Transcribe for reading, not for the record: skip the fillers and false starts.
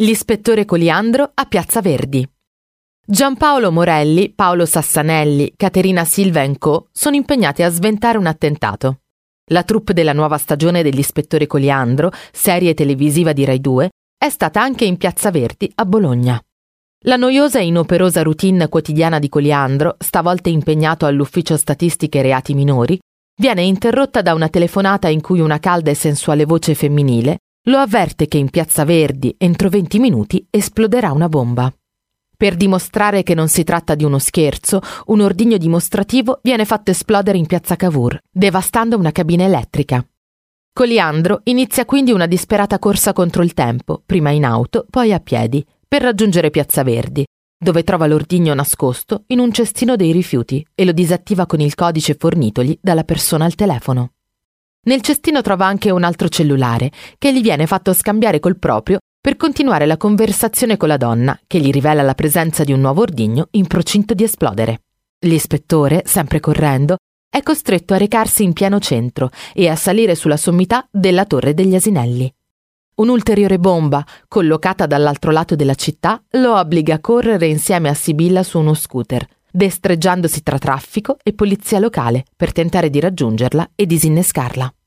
L'ispettore Coliandro a Piazza Verdi. Giampaolo Morelli, Paolo Sassanelli, Caterina Silva & Co. sono impegnati a sventare un attentato. La troupe della nuova stagione dell'Ispettore Coliandro, serie televisiva di Rai 2, è stata anche in Piazza Verdi a Bologna. La noiosa e inoperosa routine quotidiana di Coliandro, stavolta impegnato all'Ufficio Statistiche Reati Minori, viene interrotta da una telefonata in cui una calda e sensuale voce femminile lo avverte che in Piazza Verdi, entro 20 minuti, esploderà una bomba. Per dimostrare che non si tratta di uno scherzo, un ordigno dimostrativo viene fatto esplodere in Piazza Cavour, devastando una cabina elettrica. Coliandro inizia quindi una disperata corsa contro il tempo, prima in auto, poi a piedi, per raggiungere Piazza Verdi, dove trova l'ordigno nascosto in un cestino dei rifiuti e lo disattiva con il codice fornitogli dalla persona al telefono. Nel cestino trova anche un altro cellulare, che gli viene fatto scambiare col proprio per continuare la conversazione con la donna, che gli rivela la presenza di un nuovo ordigno in procinto di esplodere. L'ispettore, sempre correndo, è costretto a recarsi in pieno centro e a salire sulla sommità della Torre degli Asinelli. Un'ulteriore bomba, collocata dall'altro lato della città, lo obbliga a correre insieme a Sibilla su uno scooter, destreggiandosi tra traffico e polizia locale per tentare di raggiungerla e disinnescarla.